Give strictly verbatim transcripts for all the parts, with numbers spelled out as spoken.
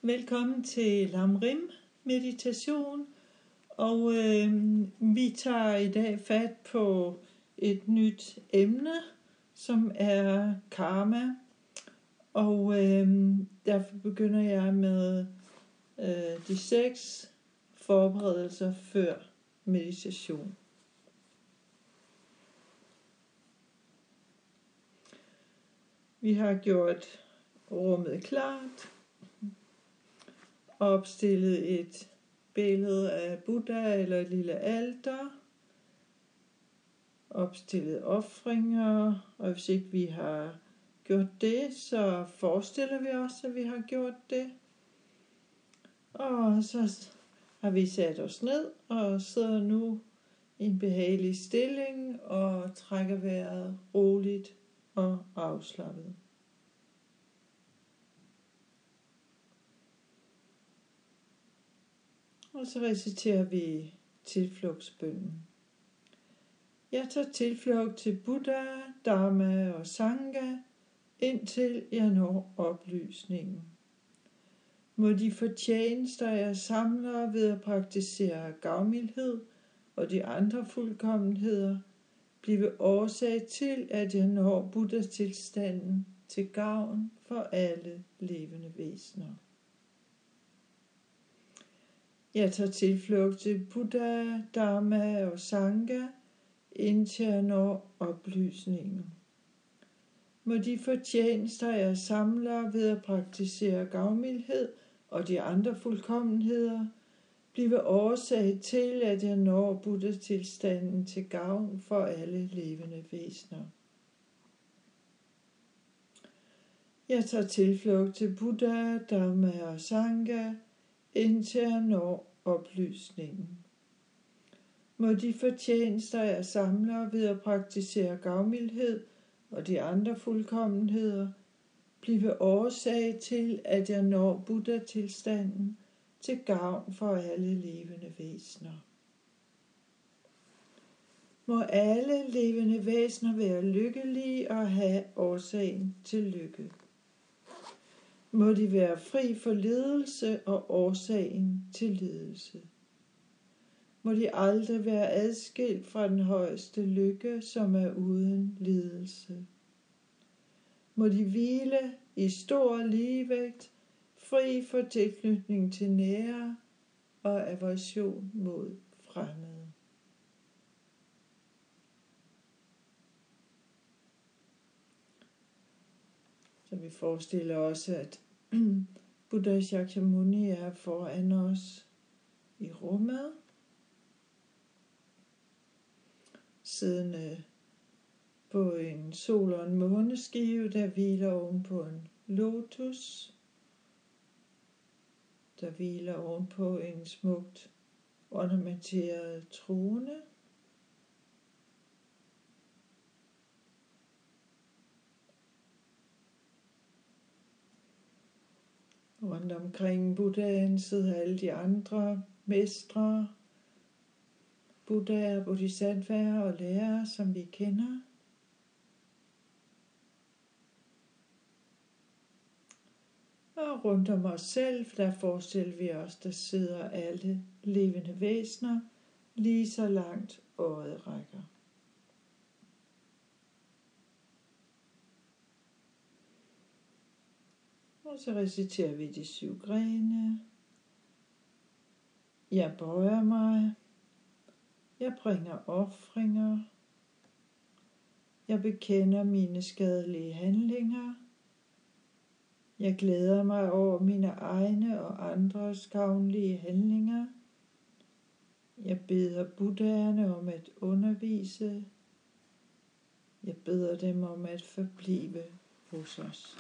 Velkommen til Lamrim meditation, og øh, vi tager i dag fat på et nyt emne, som er karma, og øh, derfor begynder jeg med øh, de seks forberedelser før meditation. Vi har gjort rummet klart, opstillet et billede af Buddha eller et lille alter, opstillet ofringer, og hvis ikke vi har gjort det, så forestiller vi os, at vi har gjort det. Og så har vi sat os ned og sidder nu i en behagelig stilling og trækker vejret roligt og afslappet. Og så reciterer vi tilflugtsbønnen. Jeg tager tilflugt til Buddha, Dharma og Sangha, indtil jeg når oplysningen. Må de fortjenester, jeg samler ved at praktisere gavmildhed og de andre fuldkommenheder, blive årsag til, at jeg når Buddha-tilstanden til gavn for alle levende væsener. Jeg tager tilflugt til Buddha, Dharma og Sangha, indtil jeg når oplysningen. Må de fortjenester, jeg samler ved at praktisere gavmildhed og de andre fuldkommenheder, blive årsag til, at jeg når Buddha-tilstanden til gavn for alle levende væsener. Jeg tager tilflugt til Buddha, Dharma og Sangha, indtil jeg når oplysningen. Må de fortjenester, jeg samler ved at praktisere gavmildhed og de andre fuldkommenheder, blive årsag til, at jeg når Buddha-tilstanden til gavn for alle levende væsener. Må alle levende væsener være lykkelige og have årsagen til lykke. Må de være fri for lidelse og årsagen til lidelse. Må de aldrig være adskilt fra den højeste lykke, som er uden lidelse. Må de hvile i stor ligevægt, fri for tilknytning til nære og aversion mod fremmede. Så vi forestiller os, at Buddha Shakyamuni er foran os i rummet, siddende på en sol- og en måneskive, der hviler oven på en lotus, der hviler oven på en smukt ornamenteret trone. Rundt omkring Buddhaen sidder alle de andre mestre, Buddhaer, bodhisattvaer og lærere, som vi kender. Og rundt om os selv, der forestiller vi os, der sidder alle levende væsener, lige så langt øjet rækker. Og så reciterer vi de syv grene. Jeg bøjer mig. Jeg bringer ofringer. Jeg bekender mine skadelige handlinger. Jeg glæder mig over mine egne og andres gavnlige handlinger. Jeg beder Buddhaerne om at undervise. Jeg beder dem om at forblive hos os.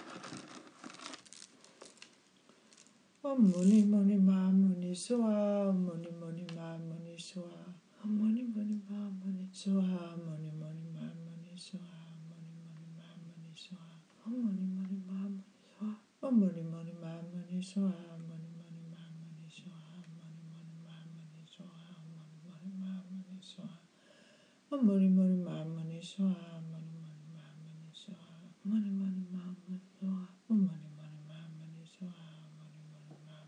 Om muni muni ma muni soa, om muni muni ma muni soa, om muni muni ma muni soa, om muni muni ma muni soa, om muni muni ma muni soa, om muni muni ma muni soa, om muni muni ma muni soa, om muni muni ma muni soa, om muni muni ma muni soa, om muni muni ma muni soa, om muni muni ma muni soa, om muni muni ma muni soa, om muni muni ma muni soa, om muni muni ma muni soa, om muni muni ma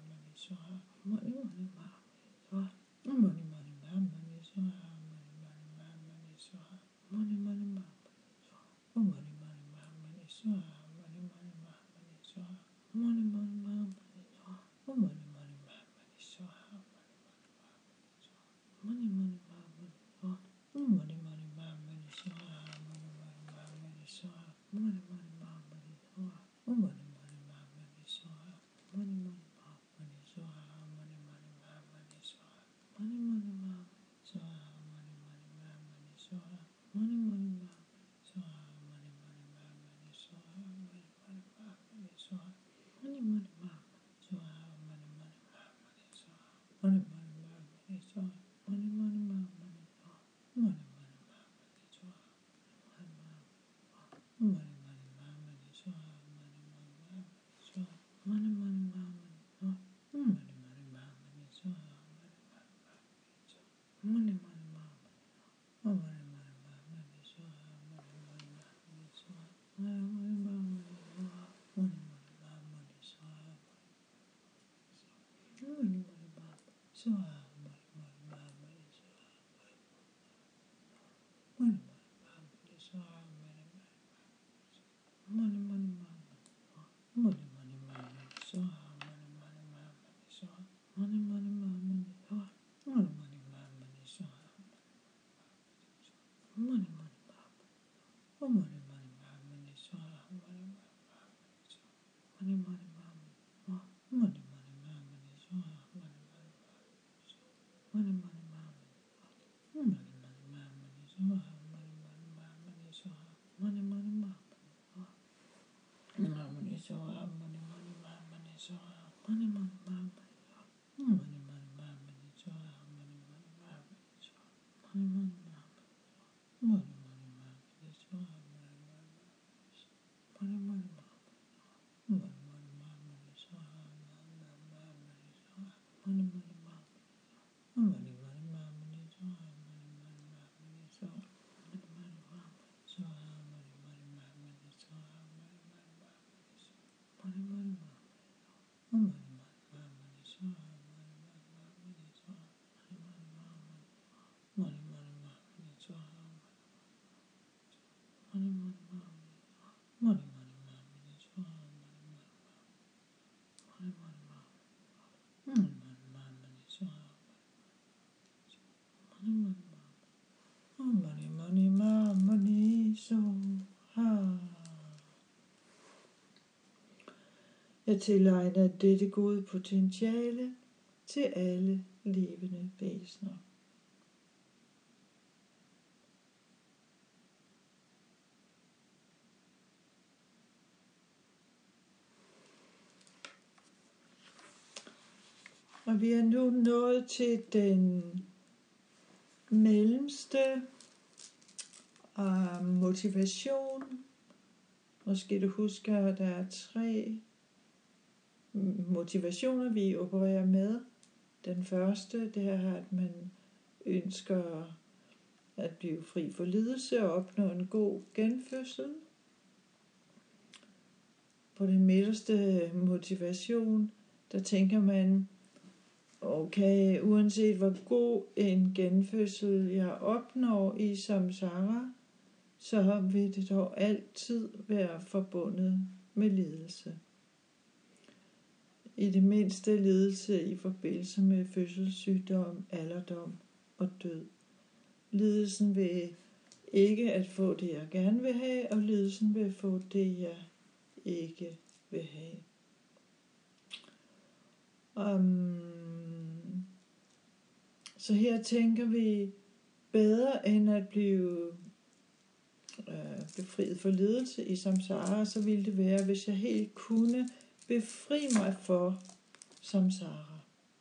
Jeg tilegner dette gode potentiale til alle levende væsener. Og vi er nu nået til den mellemste uh, motivation. Måske du husker, at der er tre motivationer, vi opererer med. Den første, det er, at man ønsker at blive fri for lidelse og opnå en god genfødsel. På den midterste motivation, der tænker man, okay, uanset hvor god en genfødsel jeg opnår i samsara, så vil det dog altid være forbundet med lidelse. I det mindste lidelse i forbindelse med fødselssygdom, alderdom og død. Lidelsen vil ikke at få det, jeg gerne vil have, og lidelsen vil få det, jeg ikke vil have. Um, så her tænker vi, bedre end at blive øh, befriet for lidelse i samsara, så ville det være, hvis jeg helt kunne befri mig for samsara.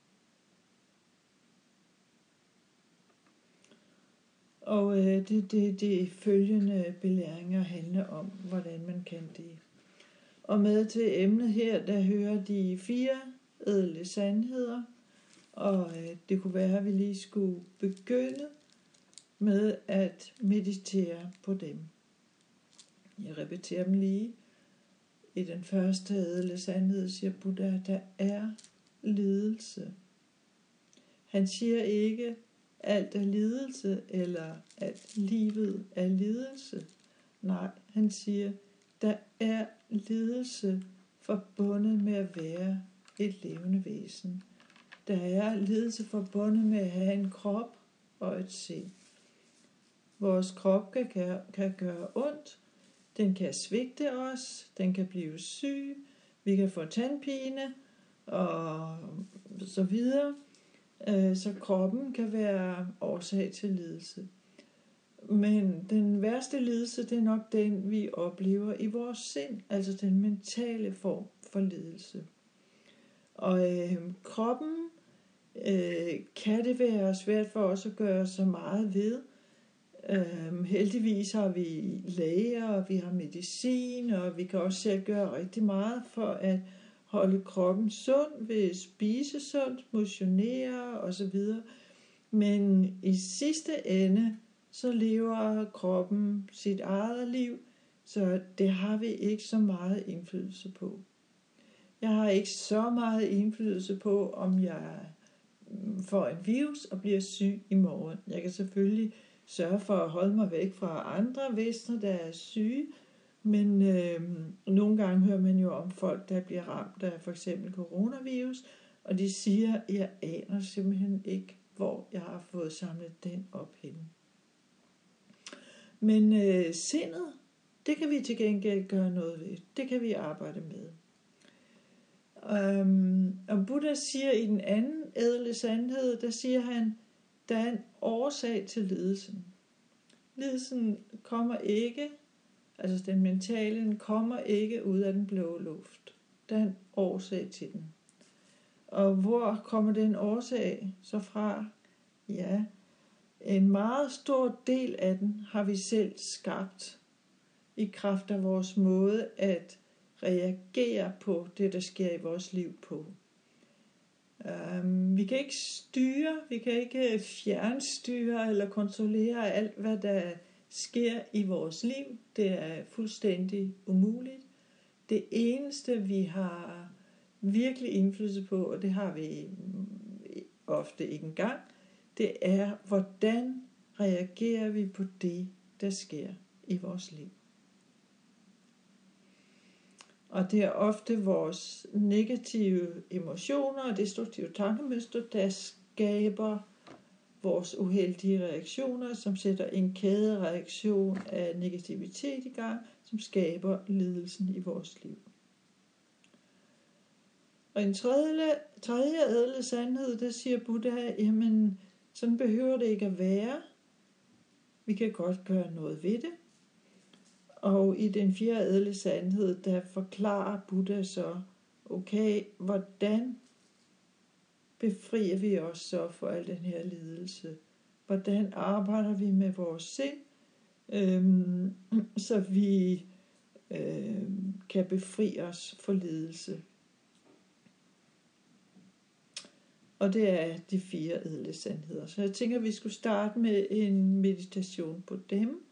Og øh, det, det, det følgende belæringer handler om, hvordan man kan det. Og med til emnet her, der hører de fire ædle sandheder, og øh, det kunne være, at vi lige skulle begynde med at meditere på dem. Jeg repeterer dem lige. I den første ædle sandhed siger Buddha, der er lidelse. Han siger ikke, alt er lidelse, eller at livet er lidelse. Nej, han siger, der er lidelse forbundet med at være et levende væsen. Der er lidelse forbundet med at have en krop og et sind. Vores krop kan gøre, kan gøre ondt, den kan svigte os, den kan blive syg, vi kan få tandpine og så videre. Så kroppen kan være årsag til lidelse. Men den værste lidelse, det er nok den, vi oplever i vores sind, altså den mentale form for lidelse. Og øh, kroppen øh, kan det være svært for os at gøre så meget ved. Øh, heldigvis har vi læger, og vi har medicin, og vi kan også selv gøre rigtig meget for at holde kroppen sund ved at spise sundt, motionere osv. Men i sidste ende, så lever kroppen sit eget liv, så det har vi ikke så meget indflydelse på. Jeg har ikke så meget indflydelse på, om jeg får en virus og bliver syg i morgen. Jeg kan selvfølgelig sørge for at holde mig væk fra andre væsener, der er syge, men øh, nogle gange hører man jo om folk, der bliver ramt af for eksempel coronavirus, og de siger, at jeg aner simpelthen ikke, hvor jeg har fået samlet den op henne. Men øh, sindet, det kan vi til gengæld gøre noget ved. Det kan vi arbejde med. Um, og Buddha siger i den anden ædle sandhed, der siger han, der er en årsag til lidelsen. Lidelsen kommer ikke, altså den mentale, den kommer ikke ud af den blå luft. Der er en årsag til den. Og hvor kommer den årsag så fra? Ja, en meget stor del af den har vi selv skabt i kraft af vores måde at reagere på det, der sker i vores liv på. Um, vi kan ikke styre, vi kan ikke fjernstyre eller kontrollere alt, hvad der sker i vores liv. Det er fuldstændig umuligt. Det eneste, vi har virkelig indflydelse på, og det har vi ofte ikke engang, det er, hvordan reagerer vi på det, der sker i vores liv. Og det er ofte vores negative emotioner og destruktive tankemønstre, der skaber vores uheldige reaktioner, som sætter en kædereaktion af negativitet i gang, som skaber lidelsen i vores liv. Og en tredje, tredje ædle sandhed, der siger Buddha, jamen sådan behøver det ikke at være. Vi kan godt gøre noget ved det. Og i den fjerde ædle sandhed, der forklarer Buddha så, okay, hvordan befrier vi os så for al den her lidelse? Hvordan arbejder vi med vores sind, øhm, så vi øhm, kan befri os for lidelse? Og det er de fire ædle sandheder. Så jeg tænker, at vi skulle starte med en meditation på dem.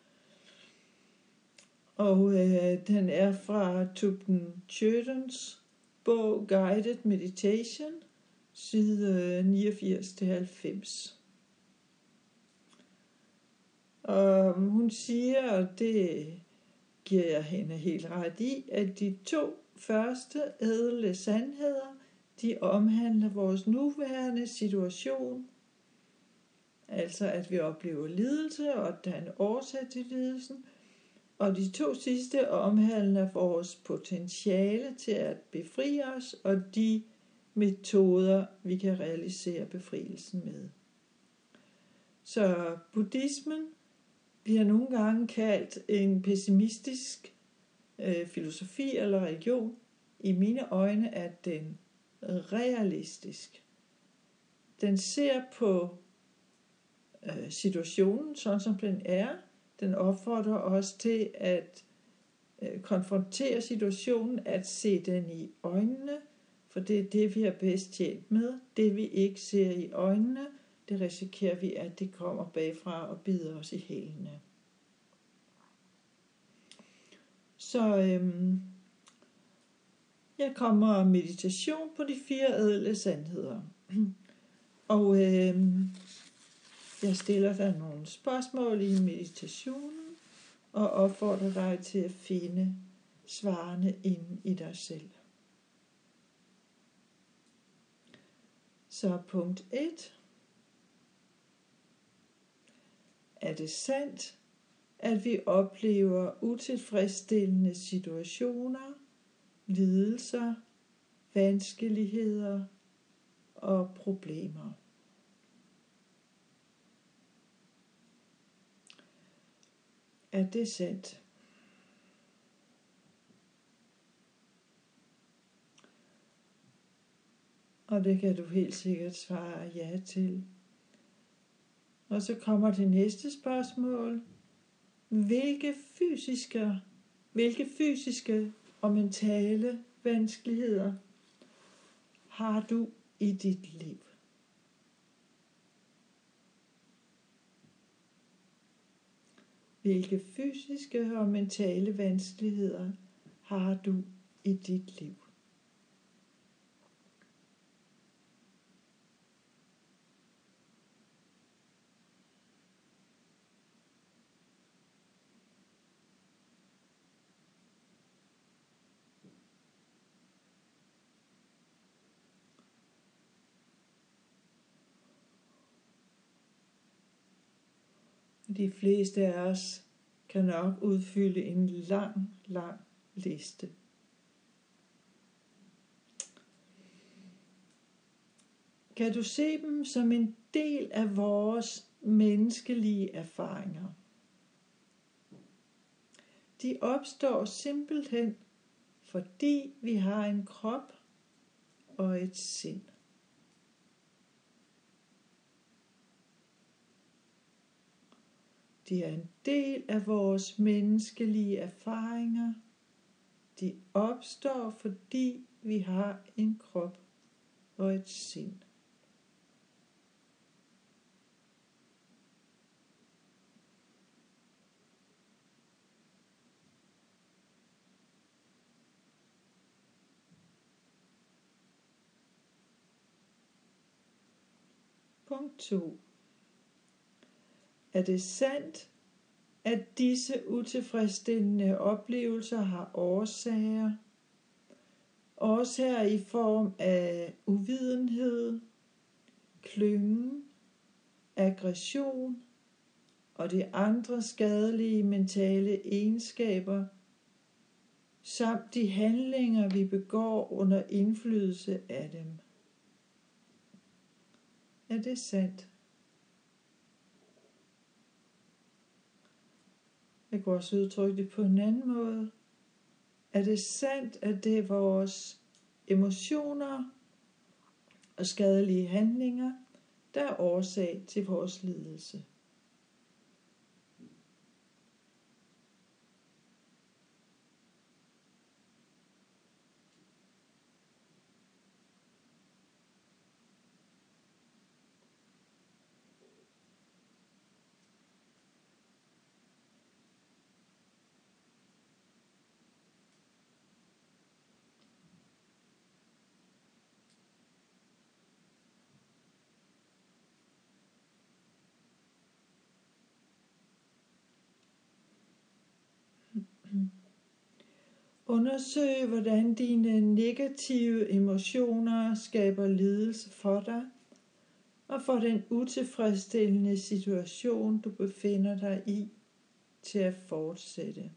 Og øh, den er fra Thupten Chodens bog Guided Meditation, side niogfirs til halvfems. Og hun siger, og det giver jeg hende helt ret i, at de to første ædle sandheder, de omhandler vores nuværende situation, altså at vi oplever lidelse, og at der er en årsag til lidelsen. Og de to sidste omhandler vores potentiale til at befri os, og de metoder, vi kan realisere befrielsen med. Så buddhismen bliver nogle gange kaldt en pessimistisk øh, filosofi eller religion. I mine øjne er den realistisk. Den ser på øh, situationen, sådan som den er. Den opfordrer os til at øh, konfrontere situationen, at se den i øjnene, for det er det, vi er bedst tjent med. Det, vi ikke ser i øjnene, det risikerer vi, at det kommer bagfra og bider os i hælene. Så øhm, jeg kommer meditation på de fire ædle sandheder. Og øhm, jeg stiller dig nogle spørgsmål i meditationen, og opfordrer dig til at finde svarene inde i dig selv. Så punkt et. Er det sandt, at vi oplever utilfredsstillende situationer, lidelser, vanskeligheder og problemer? Er det sandt? Og det kan du helt sikkert svare ja til. Og så kommer det næste spørgsmål. Hvilke fysiske, hvilke fysiske og mentale vanskeligheder har du i dit liv? Hvilke fysiske og mentale vanskeligheder har du i dit liv? De fleste af os kan nok udfylde en lang, lang liste. Kan du se dem som en del af vores menneskelige erfaringer? De opstår simpelthen, fordi vi har en krop og et sind. De er en del af vores menneskelige erfaringer. De opstår, fordi vi har en krop og et sind. Punkt to. Er det sandt, at disse utilfredsstillende oplevelser har årsager? Årsager i form af uvidenhed, klyngen, aggression og de andre skadelige mentale egenskaber, samt de handlinger, vi begår under indflydelse af dem. Er det sandt? Jeg kan også udtrykke det på en anden måde. Er det sandt, at det er vores emotioner og skadelige handlinger, der er årsag til vores lidelse? Undersøg, hvordan dine negative emotioner skaber lidelse for dig, og for den utilfredsstillende situation, du befinder dig i, til at fortsætte.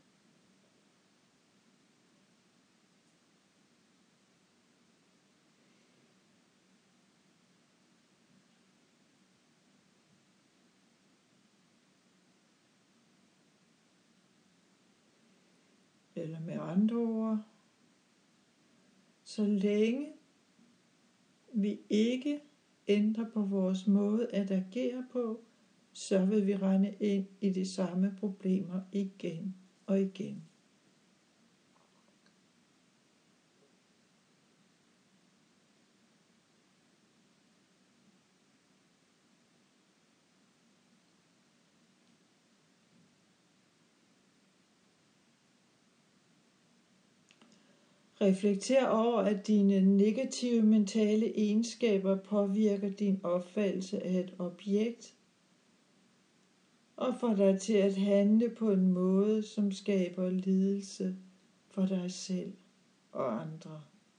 Eller med andre ord, så længe vi ikke ændrer på vores måde at agere på, så vil vi rende ind i de samme problemer igen og igen. Reflekter over, at dine negative mentale egenskaber påvirker din opfattelse af et objekt, og får dig til at handle på en måde, som skaber lidelse for dig selv og andre.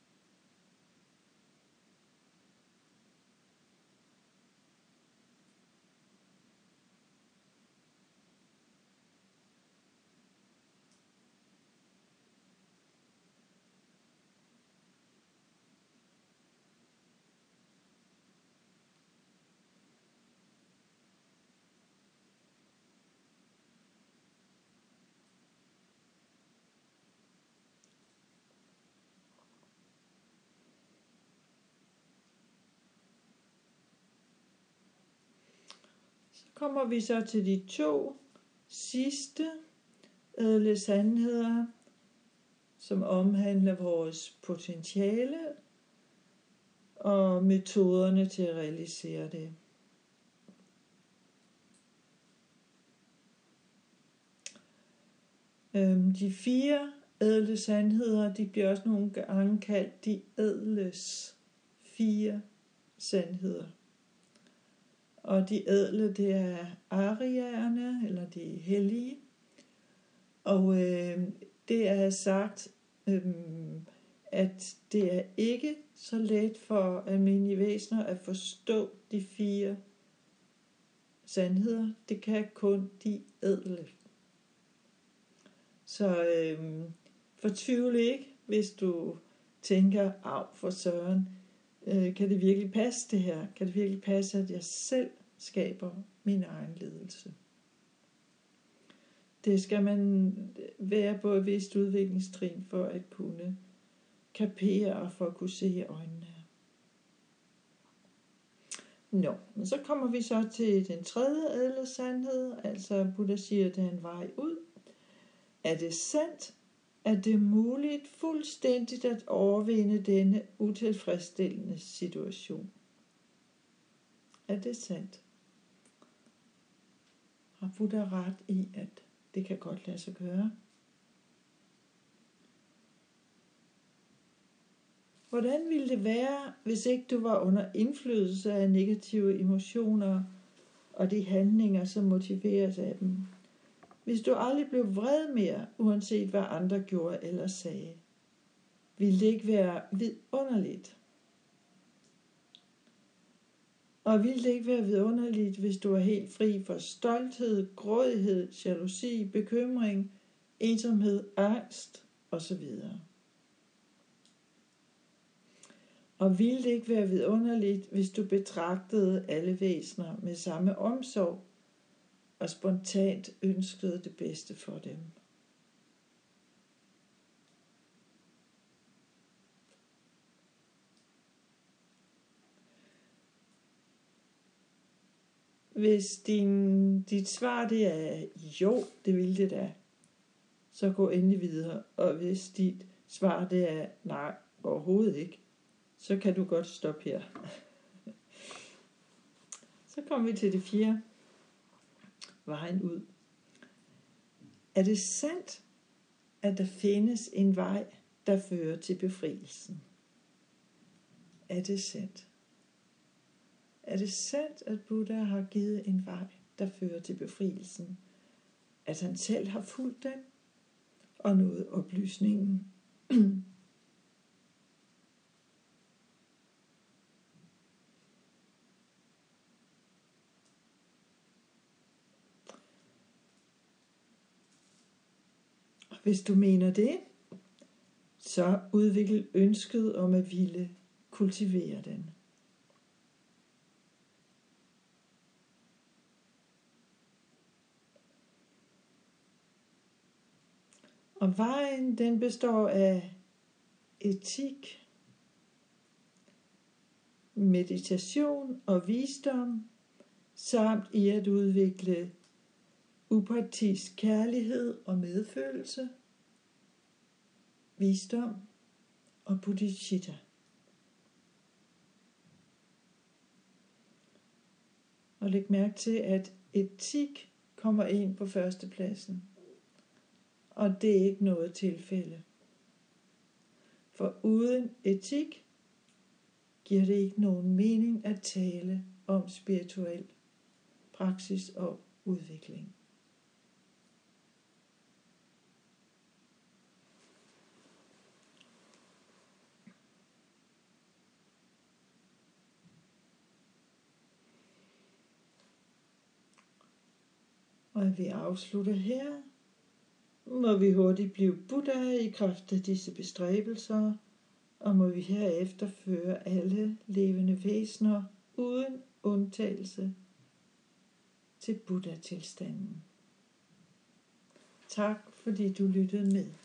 Kommer vi så til de to sidste ædle sandheder, som omhandler vores potentiale og metoderne til at realisere det. De fire ædle sandheder, de bliver også nogle gange kaldt de ædles fire sandheder. Og de ædle, det er arierne, eller de hellige. Og øh, det er sagt, øh, at det er ikke så let for almindelige væsener at forstå de fire sandheder, det kan kun de ædle. Så øh, fortvivl ikke, hvis du tænker, af for søren, øh, kan det virkelig passe det her? Kan det virkelig passe, at jeg selv skaber min egen ledelse? Det skal man være på et vist udviklingstrin for at kunne kapere og for at kunne se i øjnene. Nå, men så kommer vi så til den tredje ædle sandhed, altså Buddha siger, at der er en vej ud. Er det sandt, at det er muligt fuldstændigt at overvinde denne utilfredsstillende situation? Er det sandt? Har Buddha ret i, at det kan godt lade sig gøre? Hvordan ville det være, hvis ikke du var under indflydelse af negative emotioner og de handlinger, som motiveres af dem? Hvis du aldrig blev vred mere, uanset hvad andre gjorde eller sagde, ville det ikke være vidunderligt? Og ville det ikke være vidunderligt, hvis du var helt fri for stolthed, grådighed, jalousi, bekymring, ensomhed, angst osv.? Og ville det ikke være vidunderligt, hvis du betragtede alle væsener med samme omsorg og spontant ønskede det bedste for dem? Hvis din, dit svar det er jo, det vil det da, så gå endelig videre. Og hvis dit svar det er nej, overhovedet ikke, så kan du godt stoppe her. Så kommer vi til det fjerde. Vejen ud. Er det sandt, at der findes en vej, der fører til befrielsen? Er det sandt? Er det sandt, at Buddha har givet en vej, der fører til befrielsen? At han selv har fulgt den og nået oplysningen? Hvis du mener det, så udvikl ønsket om at ville kultivere den. Og vejen, den består af etik, meditation og visdom, samt i at udvikle upartisk kærlighed og medfølelse, visdom og bodhicitta. Og læg mærke til, at etik kommer ind på førstepladsen. Og det er ikke noget tilfælde. For uden etik giver det ikke nogen mening at tale om spirituel praksis og udvikling. Og vi afslutter her. Må vi hurtigt blive Buddha i kraft af disse bestræbelser, og må vi herefter føre alle levende væsener uden undtagelse til Buddha-tilstanden. Tak fordi du lyttede med.